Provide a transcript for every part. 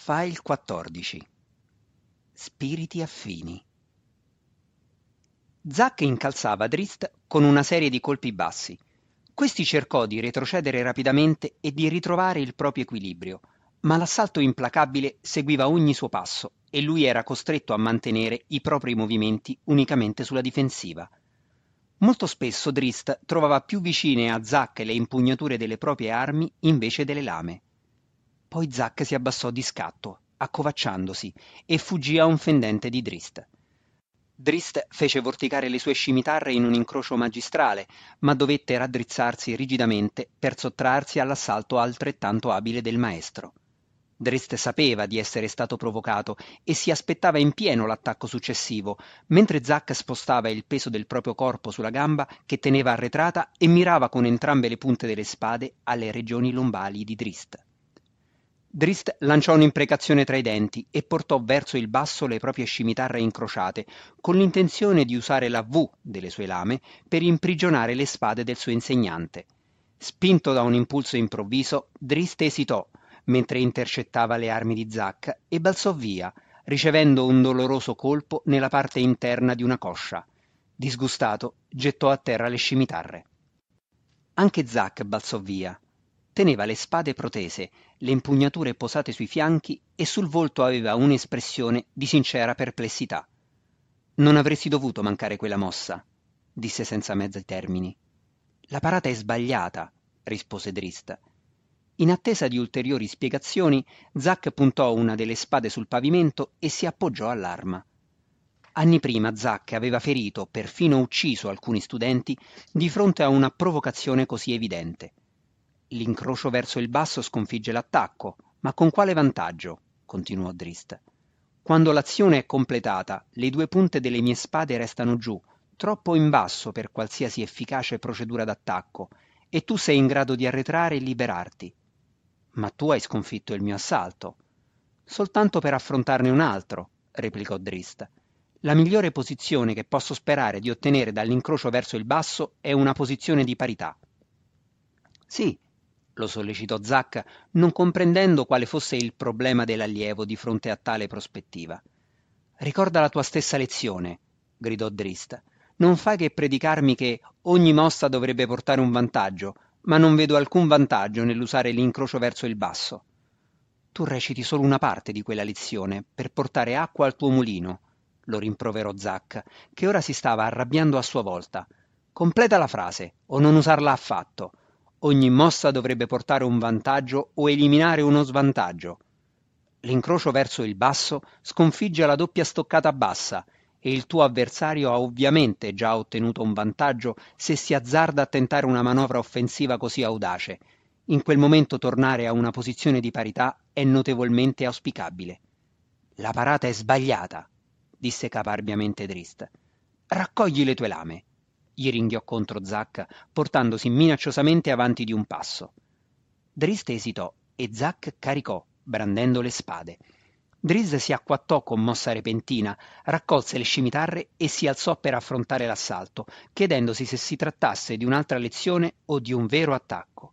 File 14. Spiriti affini. Zack incalzava Drizzt con una serie di colpi bassi. Questi cercò di retrocedere rapidamente e di ritrovare il proprio equilibrio, ma l'assalto implacabile seguiva ogni suo passo e lui era costretto a mantenere i propri movimenti unicamente sulla difensiva. Molto spesso Drizzt trovava più vicine a Zack le impugnature delle proprie armi invece delle lame. Poi Zack si abbassò di scatto, accovacciandosi, e fuggì a un fendente di Drizzt. Drizzt fece vorticare le sue scimitarre in un incrocio magistrale, ma dovette raddrizzarsi rigidamente per sottrarsi all'assalto altrettanto abile del maestro. Drizzt sapeva di essere stato provocato e si aspettava in pieno l'attacco successivo, mentre Zack spostava il peso del proprio corpo sulla gamba che teneva arretrata e mirava con entrambe le punte delle spade alle regioni lombali di Drizzt. Drizzt lanciò un'imprecazione tra i denti e portò verso il basso le proprie scimitarre incrociate, con l'intenzione di usare la V delle sue lame per imprigionare le spade del suo insegnante. Spinto da un impulso improvviso, Drizzt esitò mentre intercettava le armi di Zack e balzò via, ricevendo un doloroso colpo nella parte interna di una coscia. Disgustato, gettò a terra le scimitarre. Anche Zack balzò via. Teneva le spade protese, le impugnature posate sui fianchi e sul volto aveva un'espressione di sincera perplessità. «Non avresti dovuto mancare quella mossa», disse senza mezzi termini. «La parata è sbagliata», rispose Drizzt. In attesa di ulteriori spiegazioni, Zack puntò una delle spade sul pavimento e si appoggiò all'arma. Anni prima Zack aveva ferito, perfino ucciso alcuni studenti di fronte a una provocazione così evidente. L'incrocio verso il basso sconfigge l'attacco, ma con quale vantaggio? Continuò Drizzt. Quando l'azione è completata, le due punte delle mie spade restano giù, troppo in basso per qualsiasi efficace procedura d'attacco, e tu sei in grado di arretrare e liberarti. Ma tu hai sconfitto il mio assalto. Soltanto per affrontarne un altro, replicò Drizzt. La migliore posizione che posso sperare di ottenere dall'incrocio verso il basso è una posizione di parità. Sì, lo sollecitò Zack, non comprendendo quale fosse il problema dell'allievo di fronte a tale prospettiva. «Ricorda la tua stessa lezione», gridò Drizzt. «Non fai che predicarmi che ogni mossa dovrebbe portare un vantaggio, ma non vedo alcun vantaggio nell'usare l'incrocio verso il basso. Tu reciti solo una parte di quella lezione per portare acqua al tuo mulino», lo rimproverò Zack, che ora si stava arrabbiando a sua volta. «Completa la frase, o non usarla affatto. Ogni mossa dovrebbe portare un vantaggio o eliminare uno svantaggio. L'incrocio verso il basso sconfigge la doppia stoccata bassa e il tuo avversario ha ovviamente già ottenuto un vantaggio se si azzarda a tentare una manovra offensiva così audace. In quel momento tornare a una posizione di parità è notevolmente auspicabile. La parata è sbagliata, disse caparbiamente Drizzt. Raccogli le tue lame, gli ringhiò contro Zack, portandosi minacciosamente avanti di un passo. Drizzt esitò e Zack caricò, brandendo le spade. Drizzt si acquattò con mossa repentina, raccolse le scimitarre e si alzò per affrontare l'assalto, chiedendosi se si trattasse di un'altra lezione o di un vero attacco.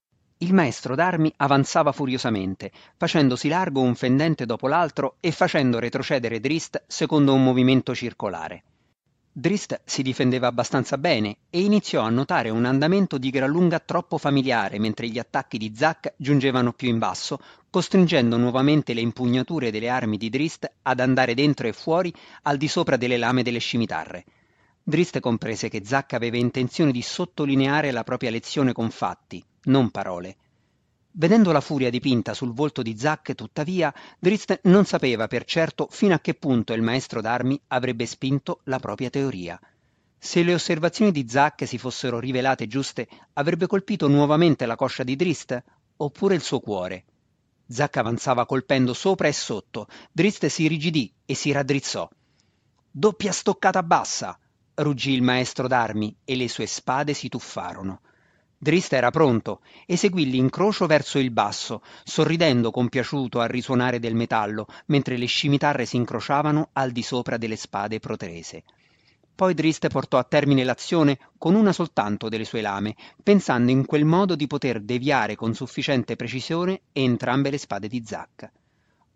Il maestro d'armi avanzava furiosamente, facendosi largo un fendente dopo l'altro e facendo retrocedere Drizzt secondo un movimento circolare. Drizzt si difendeva abbastanza bene e iniziò a notare un andamento di gran lunga troppo familiare mentre gli attacchi di Zack giungevano più in basso, costringendo nuovamente le impugnature delle armi di Drizzt ad andare dentro e fuori al di sopra delle lame delle scimitarre. Drizzt comprese che Zack aveva intenzione di sottolineare la propria lezione con fatti, non parole. Vedendo la furia dipinta sul volto di Zack, tuttavia, Drizzt non sapeva per certo fino a che punto il maestro d'armi avrebbe spinto la propria teoria. Se le osservazioni di Zack si fossero rivelate giuste, avrebbe colpito nuovamente la coscia di Drizzt, oppure il suo cuore. Zack avanzava colpendo sopra e sotto. Drizzt si irrigidì e si raddrizzò. «Doppia stoccata bassa!» ruggì il maestro d'armi e le sue spade si tuffarono. Drizzt era pronto, eseguì l'incrocio verso il basso, sorridendo compiaciuto al risuonare del metallo, mentre le scimitarre si incrociavano al di sopra delle spade protese. Poi Drizzt portò a termine l'azione con una soltanto delle sue lame, pensando in quel modo di poter deviare con sufficiente precisione entrambe le spade di Zack.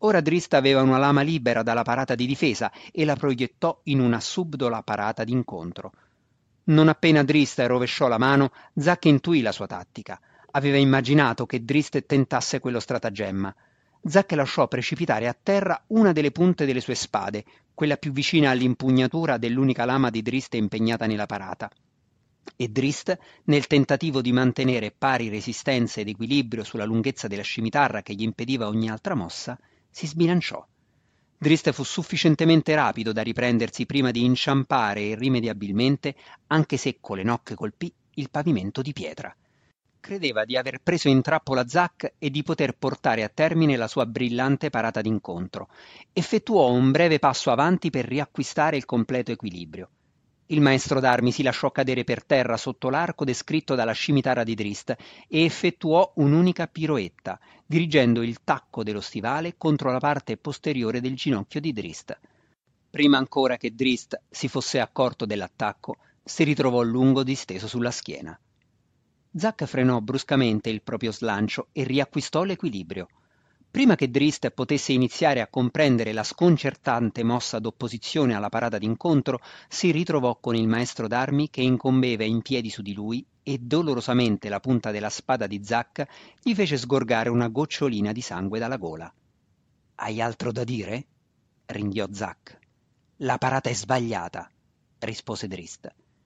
Ora Drist aveva una lama libera dalla parata di difesa e la proiettò in una subdola parata d'incontro. Non appena Drist rovesciò la mano, Zack intuì la sua tattica. Aveva immaginato che Drist tentasse quello stratagemma. Zack lasciò precipitare a terra una delle punte delle sue spade, quella più vicina all'impugnatura dell'unica lama di Drist impegnata nella parata. E Drist, nel tentativo di mantenere pari resistenza ed equilibrio sulla lunghezza della scimitarra che gli impediva ogni altra mossa, si sbilanciò. Drist fu sufficientemente rapido da riprendersi prima di inciampare irrimediabilmente, anche se con le nocche colpì il pavimento di pietra. Credeva di aver preso in trappola Zack e di poter portare a termine la sua brillante parata d'incontro. Effettuò un breve passo avanti per riacquistare il completo equilibrio. Il maestro d'armi si lasciò cadere per terra sotto l'arco descritto dalla scimitarra di Drist e effettuò un'unica piroetta, dirigendo il tacco dello stivale contro la parte posteriore del ginocchio di Drist. Prima ancora che Drist si fosse accorto dell'attacco, si ritrovò lungo disteso sulla schiena. Zack frenò bruscamente il proprio slancio e riacquistò l'equilibrio. Prima che Drist potesse iniziare a comprendere la sconcertante mossa d'opposizione alla parata d'incontro, si ritrovò con il maestro d'armi che incombeva in piedi su di lui e dolorosamente la punta della spada di Zack gli fece sgorgare una gocciolina di sangue dalla gola. «Hai altro da dire?» ringhiò Zack. «La parata è sbagliata», rispose Drist.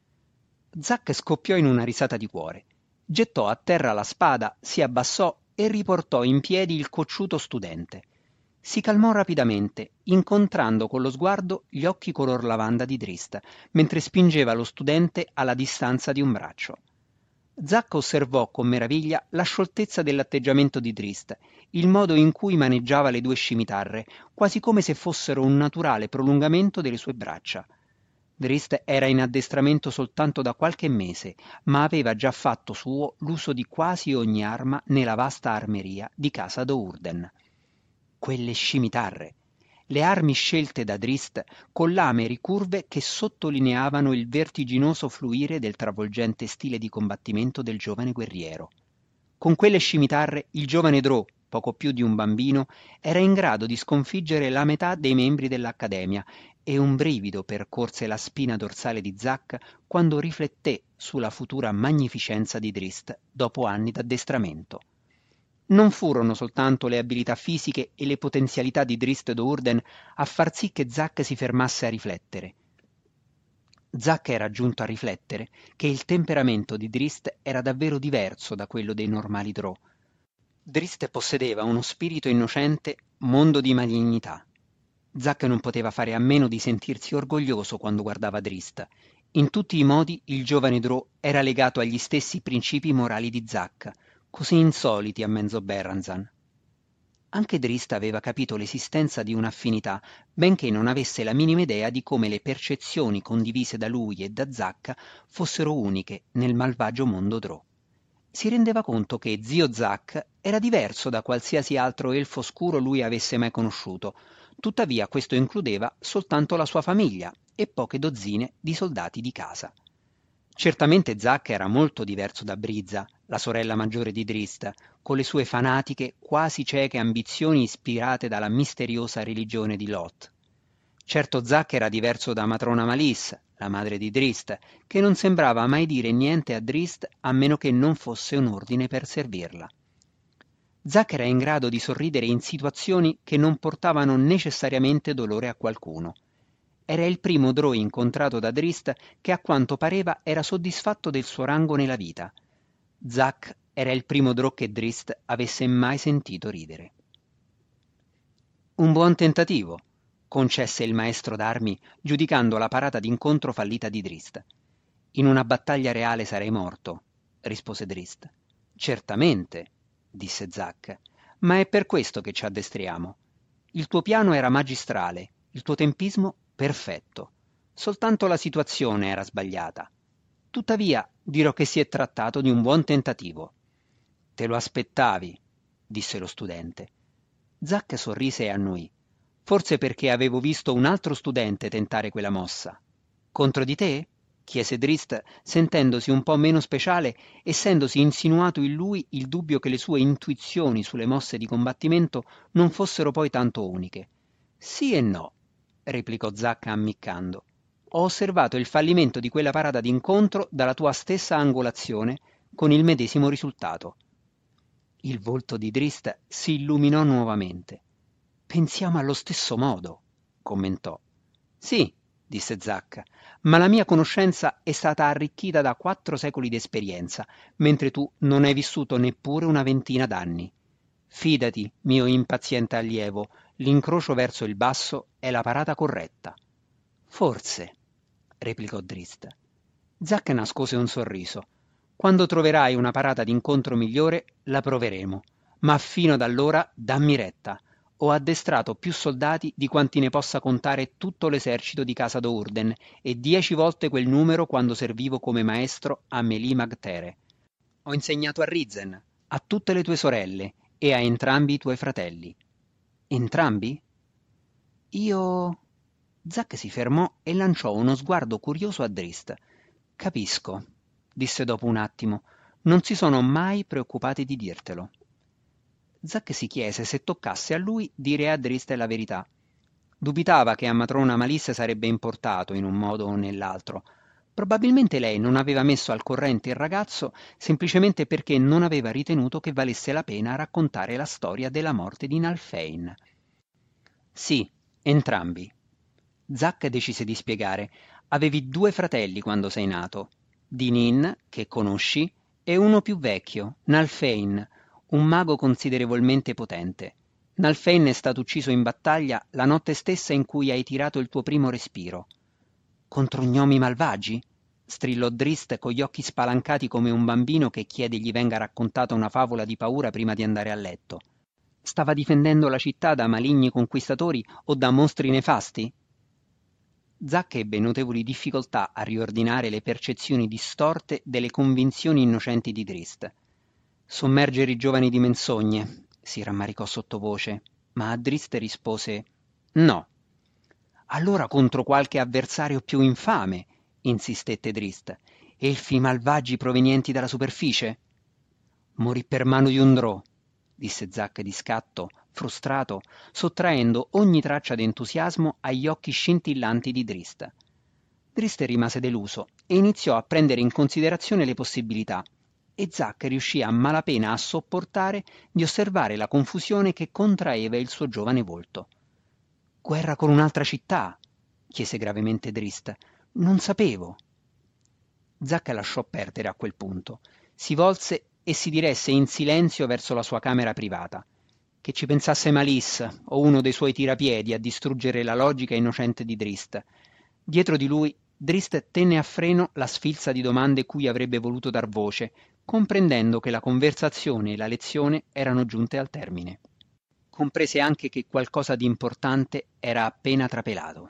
Zack scoppiò in una risata di cuore. Gettò a terra la spada, si abbassò e riportò in piedi il cocciuto studente. Si calmò rapidamente, incontrando con lo sguardo gli occhi color lavanda di Drist, mentre spingeva lo studente alla distanza di un braccio. Zack osservò con meraviglia la scioltezza dell'atteggiamento di Drist, il modo in cui maneggiava le due scimitarre, quasi come se fossero un naturale prolungamento delle sue braccia. Drist era in addestramento soltanto da qualche mese, ma aveva già fatto suo l'uso di quasi ogni arma nella vasta armeria di casa Do'Urden. Quelle scimitarre! Le armi scelte da Drist con lame ricurve che sottolineavano il vertiginoso fluire del travolgente stile di combattimento del giovane guerriero. Con quelle scimitarre il giovane Drò, poco più di un bambino, era in grado di sconfiggere la metà dei membri dell'Accademia e un brivido percorse la spina dorsale di Zack quando rifletté sulla futura magnificenza di Drist dopo anni d'addestramento. Non furono soltanto le abilità fisiche e le potenzialità di Drist Do'Urden a far sì che Zack si fermasse a riflettere. Zack era giunto a riflettere che il temperamento di Drist era davvero diverso da quello dei normali Drow. Drist possedeva uno spirito innocente, mondo di malignità. Zack non poteva fare a meno di sentirsi orgoglioso quando guardava Drist. In tutti i modi il giovane Drow era legato agli stessi principi morali di Zack, così insoliti a Menzoberranzan. Anche Drist aveva capito l'esistenza di un'affinità, benché non avesse la minima idea di come le percezioni condivise da lui e da Zack fossero uniche nel malvagio mondo Drow. Si rendeva conto che zio Zack era diverso da qualsiasi altro elfo scuro lui avesse mai conosciuto, tuttavia questo includeva soltanto la sua famiglia e poche dozzine di soldati di casa. Certamente Zack era molto diverso da Brizza, la sorella maggiore di Drist, con le sue fanatiche, quasi cieche ambizioni ispirate dalla misteriosa religione di Lot. Certo Zack era diverso da matrona Malice, la madre di Drist, che non sembrava mai dire niente a Drist a meno che non fosse un ordine per servirla. Zack era in grado di sorridere in situazioni che non portavano necessariamente dolore a qualcuno. Era il primo Drow incontrato da Drist che a quanto pareva era soddisfatto del suo rango nella vita. Zack era il primo Drow che Drist avesse mai sentito ridere. Un buon tentativo, concesse il maestro d'armi, giudicando la parata d'incontro fallita di Drist. In una battaglia reale sarei morto, rispose Drist. Certamente, disse Zack, ma è per questo che ci addestriamo. Il tuo piano era magistrale, il tuo tempismo perfetto. Soltanto la situazione era sbagliata. Tuttavia dirò che si è trattato di un buon tentativo. Te lo aspettavi, disse lo studente. Zack sorrise e annui. Forse perché avevo visto un altro studente tentare quella mossa. Contro di te? chiese Drist, sentendosi un po' meno speciale, essendosi insinuato in lui il dubbio che le sue intuizioni sulle mosse di combattimento non fossero poi tanto uniche. Sì e no, replicò Zacca ammiccando. Ho osservato il fallimento di quella parata d'incontro dalla tua stessa angolazione, con il medesimo risultato. Il volto di Drist si illuminò nuovamente. Pensiamo allo stesso modo, commentò. Sì, disse Zacca, ma la mia conoscenza è stata arricchita da 4 secoli di esperienza, mentre tu non hai vissuto neppure una ventina d'anni. Fidati, mio impaziente allievo, l'incrocio verso il basso è la parata corretta. Forse, replicò Drist. Zacca nascose un sorriso. Quando troverai una parata d'incontro migliore, la proveremo, ma fino ad allora dammi retta. Ho addestrato più soldati di quanti ne possa contare tutto l'esercito di Casa d'Urden e 10 volte quel numero quando servivo come maestro a Melì Magtere. Ho insegnato a Rizen, a tutte le tue sorelle e a entrambi i tuoi fratelli. Entrambi? Io... Zack si fermò e lanciò uno sguardo curioso a Drist. Capisco, disse dopo un attimo. Non si sono mai preoccupati di dirtelo. Zack si chiese se toccasse a lui dire a Drist la verità. Dubitava che a matrona Malice sarebbe importato in un modo o nell'altro. Probabilmente lei non aveva messo al corrente il ragazzo semplicemente perché non aveva ritenuto che valesse la pena raccontare la storia della morte di Nalfein. Sì, entrambi. Zack decise di spiegare. Avevi 2 fratelli quando sei nato. Dinin, che conosci, e uno più vecchio, Nalfein, un mago considerevolmente potente. Nalfein è stato ucciso in battaglia la notte stessa in cui hai tirato il tuo primo respiro. Contro gnomi malvagi? Strillò Drist con gli occhi spalancati come un bambino che chiede gli venga raccontata una favola di paura prima di andare a letto. Stava difendendo la città da maligni conquistatori o da mostri nefasti? Zack ebbe notevoli difficoltà a riordinare le percezioni distorte delle convinzioni innocenti di Drist. Sommergere i giovani di menzogne, si rammaricò sottovoce, ma a Drist rispose no. Allora contro qualche avversario più infame, insistette Drist. Elfi malvagi provenienti dalla superficie? Morì per mano di un drò, disse Zack di scatto, frustrato, sottraendo ogni traccia d'entusiasmo agli occhi scintillanti di Drist. Drist rimase deluso e iniziò a prendere in considerazione le possibilità, e Zack riuscì a malapena a sopportare di osservare la confusione che contraeva il suo giovane volto. Guerra con un'altra città? Chiese gravemente Drist. Non sapevo. Zack lasciò perdere a quel punto. Si volse e si diresse in silenzio verso la sua camera privata. Che ci pensasse Malice o uno dei suoi tirapiedi a distruggere la logica innocente di Drist. Dietro di lui Drist tenne a freno la sfilza di domande cui avrebbe voluto dar voce, comprendendo che la conversazione e la lezione erano giunte al termine. Comprese anche che qualcosa di importante era appena trapelato.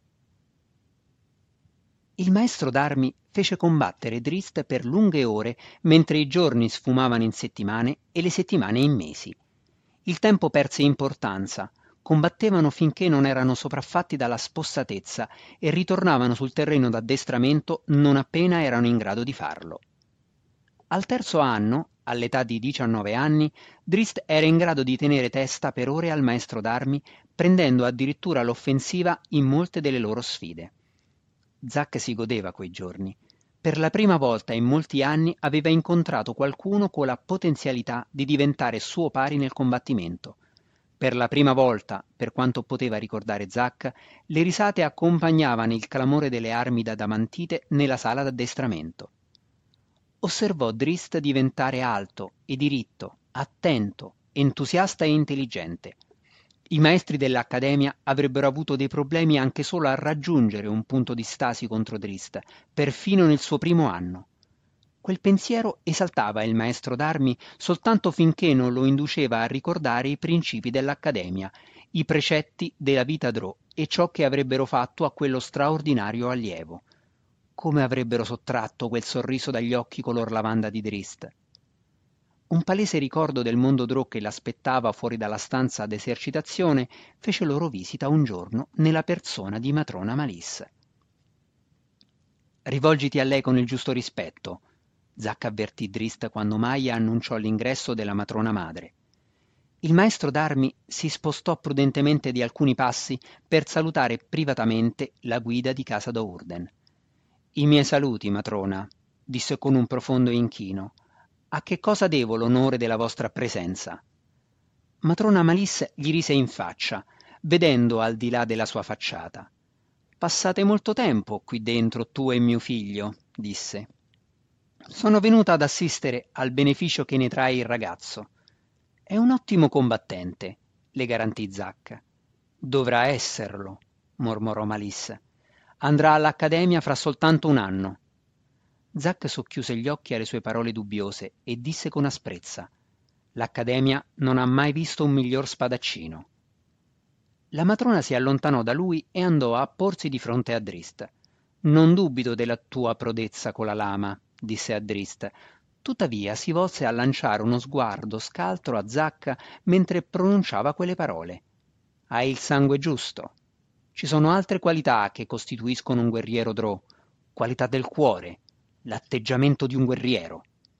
Il maestro d'armi fece combattere Drist per lunghe ore mentre i giorni sfumavano in settimane e le settimane in mesi. Il tempo perse importanza, combattevano finché non erano sopraffatti dalla spossatezza e ritornavano sul terreno d'addestramento non appena erano in grado di farlo. Al terzo anno, all'età di 19 anni, Drist era in grado di tenere testa per ore al maestro d'armi, prendendo addirittura l'offensiva in molte delle loro sfide. Zack si godeva quei giorni. Per la prima volta in molti anni aveva incontrato qualcuno con la potenzialità di diventare suo pari nel combattimento. Per la prima volta, per quanto poteva ricordare Zack, le risate accompagnavano il clamore delle armi da damantite nella sala d'addestramento. Osservò Drist diventare alto e diritto, attento, entusiasta e intelligente. I maestri dell'Accademia avrebbero avuto dei problemi anche solo a raggiungere un punto di stasi contro Drist, perfino nel suo primo anno. Quel pensiero esaltava il maestro d'armi soltanto finché non lo induceva a ricordare i principi dell'Accademia, i precetti della vita Drò e ciò che avrebbero fatto a quello straordinario allievo. Come avrebbero sottratto quel sorriso dagli occhi color lavanda di Drist. Un palese ricordo del mondo Drò che l'aspettava fuori dalla stanza d'esercitazione fece loro visita un giorno nella persona di matrona Malice. rivolgiti a lei con il giusto rispetto, Zack avvertì Drist quando Maya annunciò l'ingresso della matrona madre. Il maestro d'armi si spostò prudentemente di alcuni passi per salutare privatamente la guida di casa d'Ourden. «I miei saluti, matrona», disse con un profondo inchino. «A che cosa devo l'onore della vostra presenza?» Matrona Malice gli rise in faccia, vedendo al di là della sua facciata. «Passate molto tempo qui dentro, tu e mio figlio», disse. «Sono venuta ad assistere al beneficio che ne trae il ragazzo. È un ottimo combattente», le garantì Zack. «Dovrà esserlo», mormorò Malice. «Andrà all'accademia fra soltanto un anno». Zack socchiuse gli occhi alle sue parole dubbiose e disse con asprezza: «L'Accademia non ha mai visto un miglior spadaccino». La matrona si allontanò da lui e andò a porsi di fronte a Drist. «Non dubito della tua prodezza con la lama», disse a Drist. Tuttavia si volse a lanciare uno sguardo scaltro a Zack mentre pronunciava quelle parole. «Hai il sangue giusto. Ci sono altre qualità che costituiscono un guerriero Drow, qualità del cuore, l'atteggiamento di un guerriero».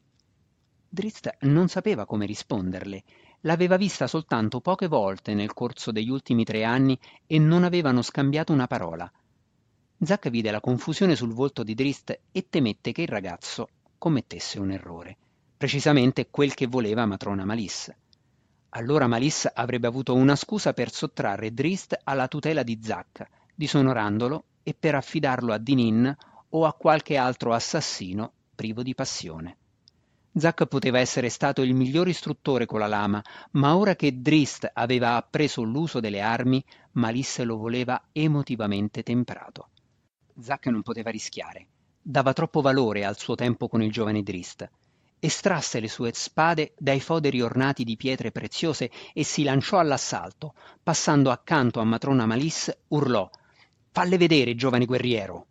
Drist non sapeva come risponderle. L'aveva vista soltanto poche volte nel corso degli ultimi 3 anni e non avevano scambiato una parola. Zack vide la confusione sul volto di Drist e temette che il ragazzo commettesse un errore, precisamente quel che voleva matrona Malice. Allora Malice avrebbe avuto una scusa per sottrarre Drist alla tutela di Zack, disonorandolo e per affidarlo a Dinin o a qualche altro assassino privo di passione. Zack poteva essere stato il miglior istruttore con la lama, ma ora che Drist aveva appreso l'uso delle armi, Malice lo voleva emotivamente temprato. Zack non poteva rischiare. Dava troppo valore al suo tempo con il giovane Drist. Estrasse le sue spade dai foderi ornati di pietre preziose e si lanciò all'assalto. Passando accanto a matrona Malice, urlò: «Falle vedere, giovane guerriero!»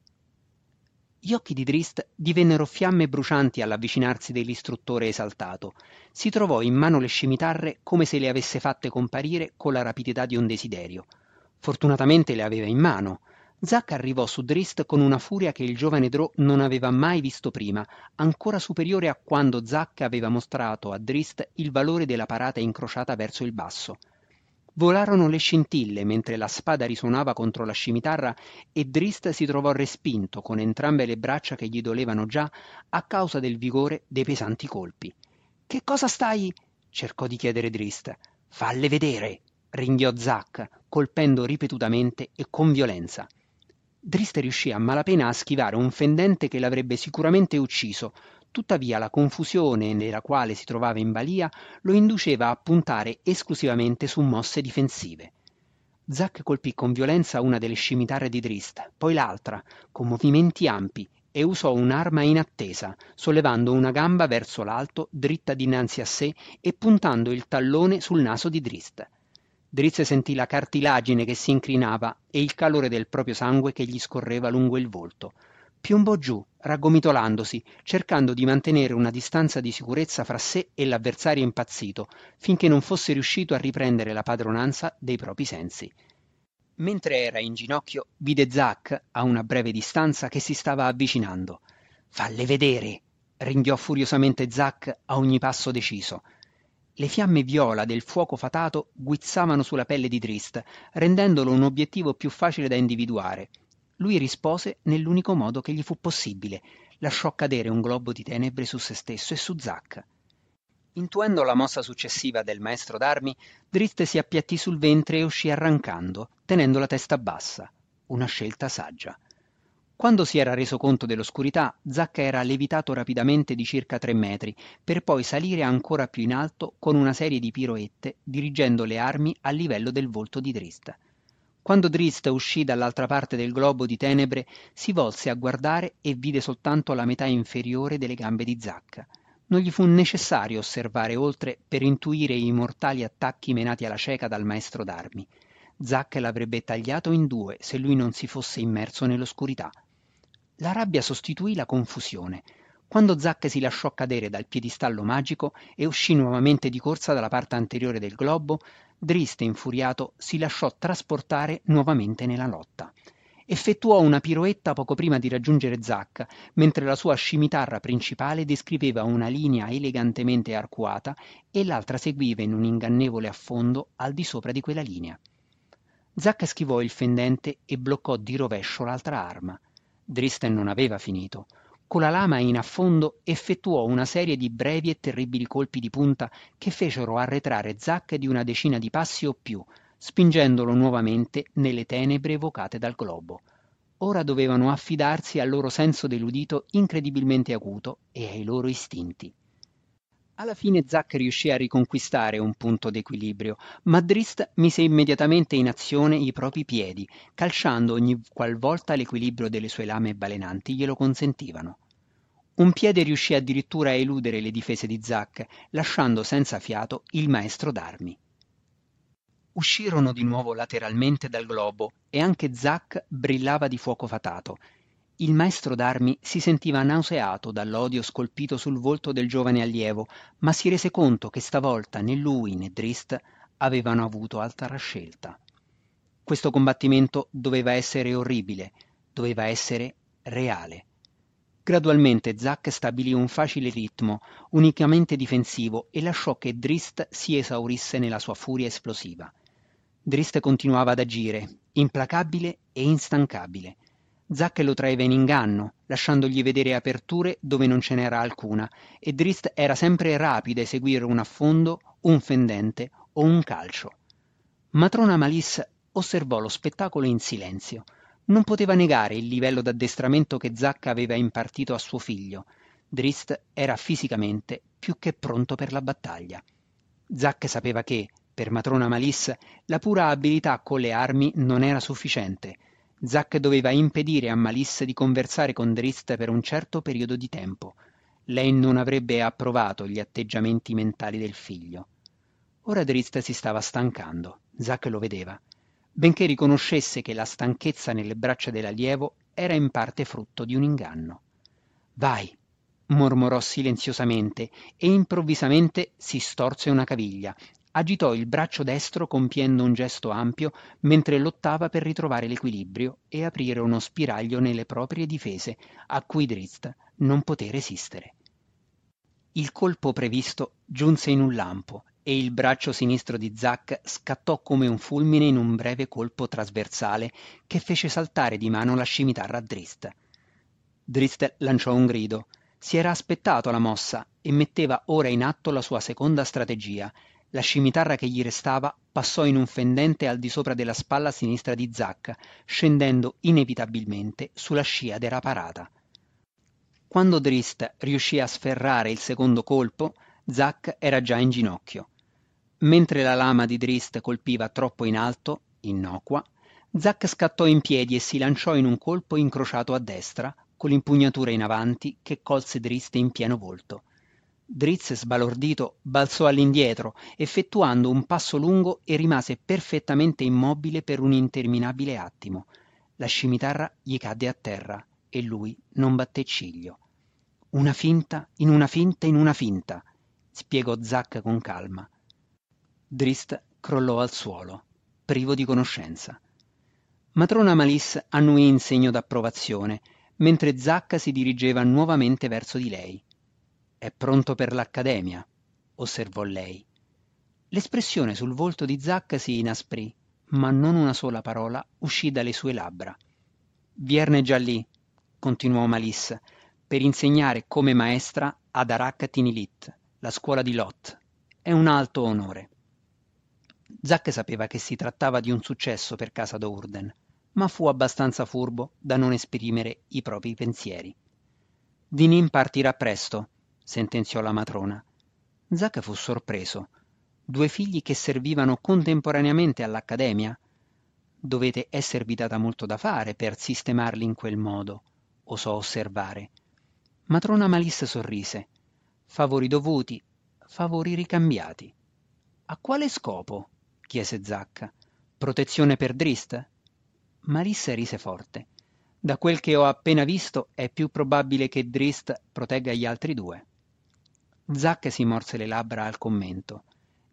Gli occhi di Drist divennero fiamme brucianti all'avvicinarsi dell'istruttore esaltato. Si trovò in mano le scimitarre come se le avesse fatte comparire con la rapidità di un desiderio. Fortunatamente le aveva in mano. Zack arrivò su Drist con una furia che il giovane Drow non aveva mai visto prima, ancora superiore a quando Zack aveva mostrato a Drist il valore della parata incrociata verso il basso. Volarono le scintille mentre la spada risuonava contro la scimitarra e Drist si trovò respinto con entrambe le braccia che gli dolevano già a causa del vigore dei pesanti colpi. «Che cosa stai?» cercò di chiedere Drist. «Falle vedere!» ringhiò Zack, colpendo ripetutamente e con violenza. Drist riuscì a malapena a schivare un fendente che l'avrebbe sicuramente ucciso. Tuttavia la confusione nella quale si trovava in balia lo induceva a puntare esclusivamente su mosse difensive. Zack colpì con violenza una delle scimitarre di Drist, poi l'altra, con movimenti ampi, e usò un'arma in attesa, sollevando una gamba verso l'alto, dritta dinanzi a sé e puntando il tallone sul naso di Drist. Drist sentì la cartilagine che si incrinava e il calore del proprio sangue che gli scorreva lungo il volto. Piombò giù, raggomitolandosi, cercando di mantenere una distanza di sicurezza fra sé e l'avversario impazzito, finché non fosse riuscito a riprendere la padronanza dei propri sensi. Mentre era in ginocchio, vide Zack, a una breve distanza, che si stava avvicinando. «Falle vedere!» ringhiò furiosamente Zack a ogni passo deciso. Le fiamme viola del fuoco fatato guizzavano sulla pelle di Drist, rendendolo un obiettivo più facile da individuare. Lui rispose nell'unico modo che gli fu possibile. Lasciò cadere un globo di tenebre su se stesso e su Zack. Intuendo la mossa successiva del maestro d'armi, Drist si appiattì sul ventre e uscì arrancando, tenendo la testa bassa. Una scelta saggia. Quando si era reso conto dell'oscurità, Zack era levitato rapidamente di circa 3 metri, per poi salire ancora più in alto con una serie di piroette, dirigendo le armi a livello del volto di Drist. Quando Drist uscì dall'altra parte del globo di tenebre, si volse a guardare e vide soltanto la metà inferiore delle gambe di Zack. Non gli fu necessario osservare oltre per intuire i mortali attacchi menati alla cieca dal maestro d'armi. Zack l'avrebbe tagliato in 2 se lui non si fosse immerso nell'oscurità. La rabbia sostituì la confusione. Quando Zack si lasciò cadere dal piedistallo magico e uscì nuovamente di corsa dalla parte anteriore del globo, Drist, infuriato, si lasciò trasportare nuovamente nella lotta. Effettuò una piroetta poco prima di raggiungere Zack, mentre la sua scimitarra principale descriveva una linea elegantemente arcuata e l'altra seguiva in un ingannevole affondo al di sopra di quella linea. Zack schivò il fendente e bloccò di rovescio l'altra arma. Dristen non aveva finito. Con la lama in affondo effettuò una serie di brevi e terribili colpi di punta che fecero arretrare Zack di una decina di passi o più, spingendolo nuovamente nelle tenebre evocate dal globo. Ora dovevano affidarsi al loro senso dell'udito incredibilmente acuto e ai loro istinti. Alla fine Zack riuscì a riconquistare un punto d'equilibrio, ma Drist mise immediatamente in azione i propri piedi, calciando ogni qualvolta l'equilibrio delle sue lame balenanti glielo consentivano. Un piede riuscì addirittura a eludere le difese di Zack, lasciando senza fiato il maestro d'armi. Uscirono di nuovo lateralmente dal globo e anche Zack brillava di fuoco fatato. Il maestro d'armi si sentiva nauseato dall'odio scolpito sul volto del giovane allievo, ma si rese conto che stavolta né lui né Drist avevano avuto altra scelta. Questo combattimento doveva essere orribile, doveva essere reale. Gradualmente Zack stabilì un facile ritmo, unicamente difensivo, e lasciò che Drist si esaurisse nella sua furia esplosiva. Drist continuava ad agire, implacabile e instancabile. Zack lo traeva in inganno, lasciandogli vedere aperture dove non ce n'era alcuna, e Drist era sempre rapido a eseguire un affondo, un fendente o un calcio. Matrona Malice osservò lo spettacolo in silenzio. Non poteva negare il livello d'addestramento che Zack aveva impartito a suo figlio. Drist era fisicamente più che pronto per la battaglia. Zack sapeva che, per Matrona Malice, la pura abilità con le armi non era sufficiente. Zack doveva impedire a Malice di conversare con Drist per un certo periodo di tempo. Lei non avrebbe approvato gli atteggiamenti mentali del figlio. Ora Drist si stava stancando. Zack lo vedeva. Benché riconoscesse che la stanchezza nelle braccia dell'allievo era in parte frutto di un inganno. «Vai!» mormorò silenziosamente e improvvisamente si storse una caviglia. Agitò il braccio destro compiendo un gesto ampio mentre lottava per ritrovare l'equilibrio e aprire uno spiraglio nelle proprie difese a cui Drist non poté resistere. Il colpo previsto giunse in un lampo e il braccio sinistro di Zack scattò come un fulmine in un breve colpo trasversale che fece saltare di mano la scimitarra a Drist. Drist lanciò un grido. Si era aspettato la mossa e metteva ora in atto la sua seconda strategia. La scimitarra che gli restava passò in un fendente al di sopra della spalla sinistra di Zack, scendendo inevitabilmente sulla scia della parata. Quando Drist riuscì a sferrare il secondo colpo, Zack era già in ginocchio. Mentre la lama di Drist colpiva troppo in alto, innocua, Zack scattò in piedi e si lanciò in un colpo incrociato a destra, con l'impugnatura in avanti che colse Drist in pieno volto. Drist, sbalordito, balzò all'indietro, effettuando un passo lungo e rimase perfettamente immobile per un interminabile attimo. La scimitarra gli cadde a terra e lui non batté ciglio. «Una finta, in una finta, in una finta», spiegò Zack con calma. Drist crollò al suolo, privo di conoscenza. Matrona Malice annuì in segno d'approvazione, mentre Zack si dirigeva nuovamente verso di lei. «È pronto per l'accademia», osservò lei. L'espressione sul volto di Zack si inasprì, ma non una sola parola uscì dalle sue labbra. «Vierne già lì», continuò Malice, «per insegnare come maestra ad Arak Tinilit, la scuola di Lot. È un alto onore». Zack sapeva che si trattava di un successo per casa Dourdan, ma fu abbastanza furbo da non esprimere i propri pensieri. «Dinin partirà presto», sentenziò la matrona. Zack fu sorpreso. 2 figli che servivano contemporaneamente all'accademia? Dovete esservi data molto da fare per sistemarli in quel modo, osò osservare. Matrona Malice sorrise. Favori dovuti, favori ricambiati. A quale scopo? Chiese Zack. Protezione per Drist? Malice rise forte. Da quel che ho appena visto è più probabile che Drist protegga gli altri 2. Zack si morse le labbra al commento.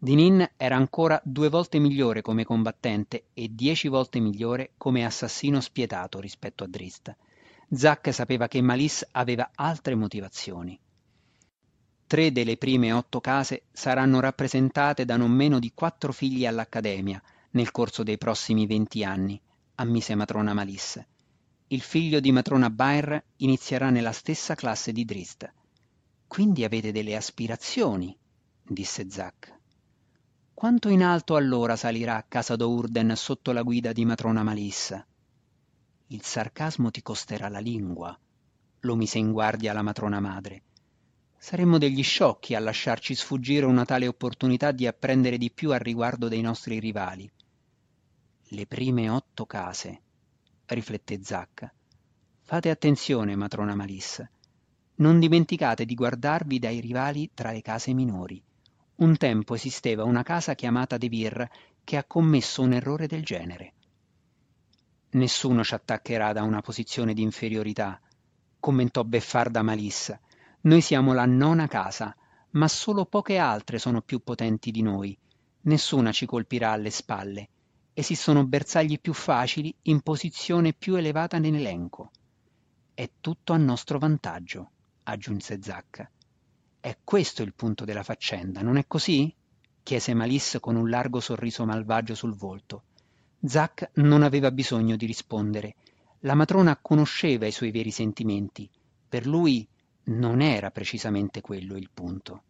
Dinin era ancora 2 volte migliore come combattente e 10 volte migliore come assassino spietato rispetto a Drist. Zack sapeva che Malice aveva altre motivazioni. 3 delle prime 8 case saranno rappresentate da non meno di 4 figli all'Accademia nel corso dei prossimi 20 anni, ammise matrona Malice. Il figlio di matrona Baer inizierà nella stessa classe di Drist. Quindi avete delle aspirazioni, disse Zack. Quanto in alto allora salirà Casa Dourden sotto la guida di matrona Malice? Il sarcasmo ti costerà la lingua, lo mise in guardia la matrona madre. Saremmo degli sciocchi a lasciarci sfuggire una tale opportunità di apprendere di più al riguardo dei nostri rivali. Le prime 8 case, rifletté Zack. Fate attenzione, matrona Malice. Non dimenticate di guardarvi dai rivali tra le case minori. Un tempo esisteva una casa chiamata De Vir che ha commesso un errore del genere. Nessuno ci attaccherà da una posizione di inferiorità, commentò beffarda Malice. Noi siamo la 9ª casa, ma solo poche altre sono più potenti di noi. Nessuna ci colpirà alle spalle. Esistono bersagli più facili in posizione più elevata nell'elenco. È tutto a nostro vantaggio, aggiunse Zack. È questo il punto della faccenda, non è così? Chiese Malice con un largo sorriso malvagio sul volto. Zack non aveva bisogno di rispondere. La matrona conosceva i suoi veri sentimenti. Per lui non era precisamente quello il punto.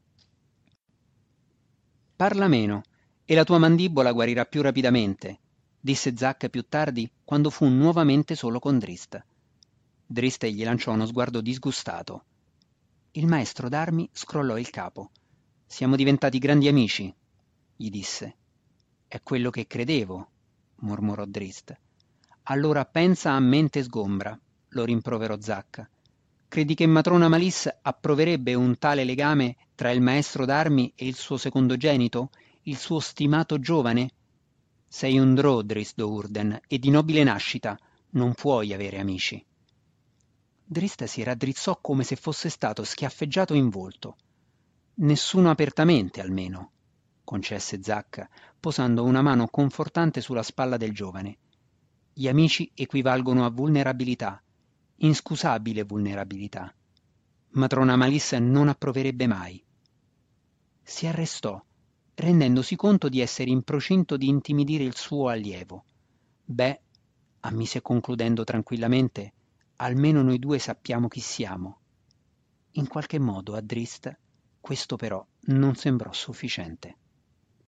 Parla meno, e la tua mandibola guarirà più rapidamente, disse Zack più tardi, quando fu nuovamente solo con Drist. Drist gli lanciò uno sguardo disgustato. Il maestro d'armi scrollò il capo. Siamo diventati grandi amici, gli disse. È quello che credevo, mormorò Drist. Allora pensa a mente sgombra, lo rimproverò Zack. Credi che matrona Malice approverebbe un tale legame tra il maestro d'armi e il suo secondogenito, il suo stimato giovane? Sei un Drow, Drist Do'Urden, e di nobile nascita, non puoi avere amici. Drist si raddrizzò come se fosse stato schiaffeggiato in volto. Nessuno apertamente, almeno, concesse Zack, posando una mano confortante sulla spalla del giovane. Gli amici equivalgono a vulnerabilità, inscusabile vulnerabilità. Matrona Malice non approverebbe mai. Si arrestò, rendendosi conto di essere in procinto di intimidire il suo allievo. Beh, ammise concludendo tranquillamente, almeno noi due sappiamo chi siamo. In qualche modo a Drist questo però non sembrò sufficiente.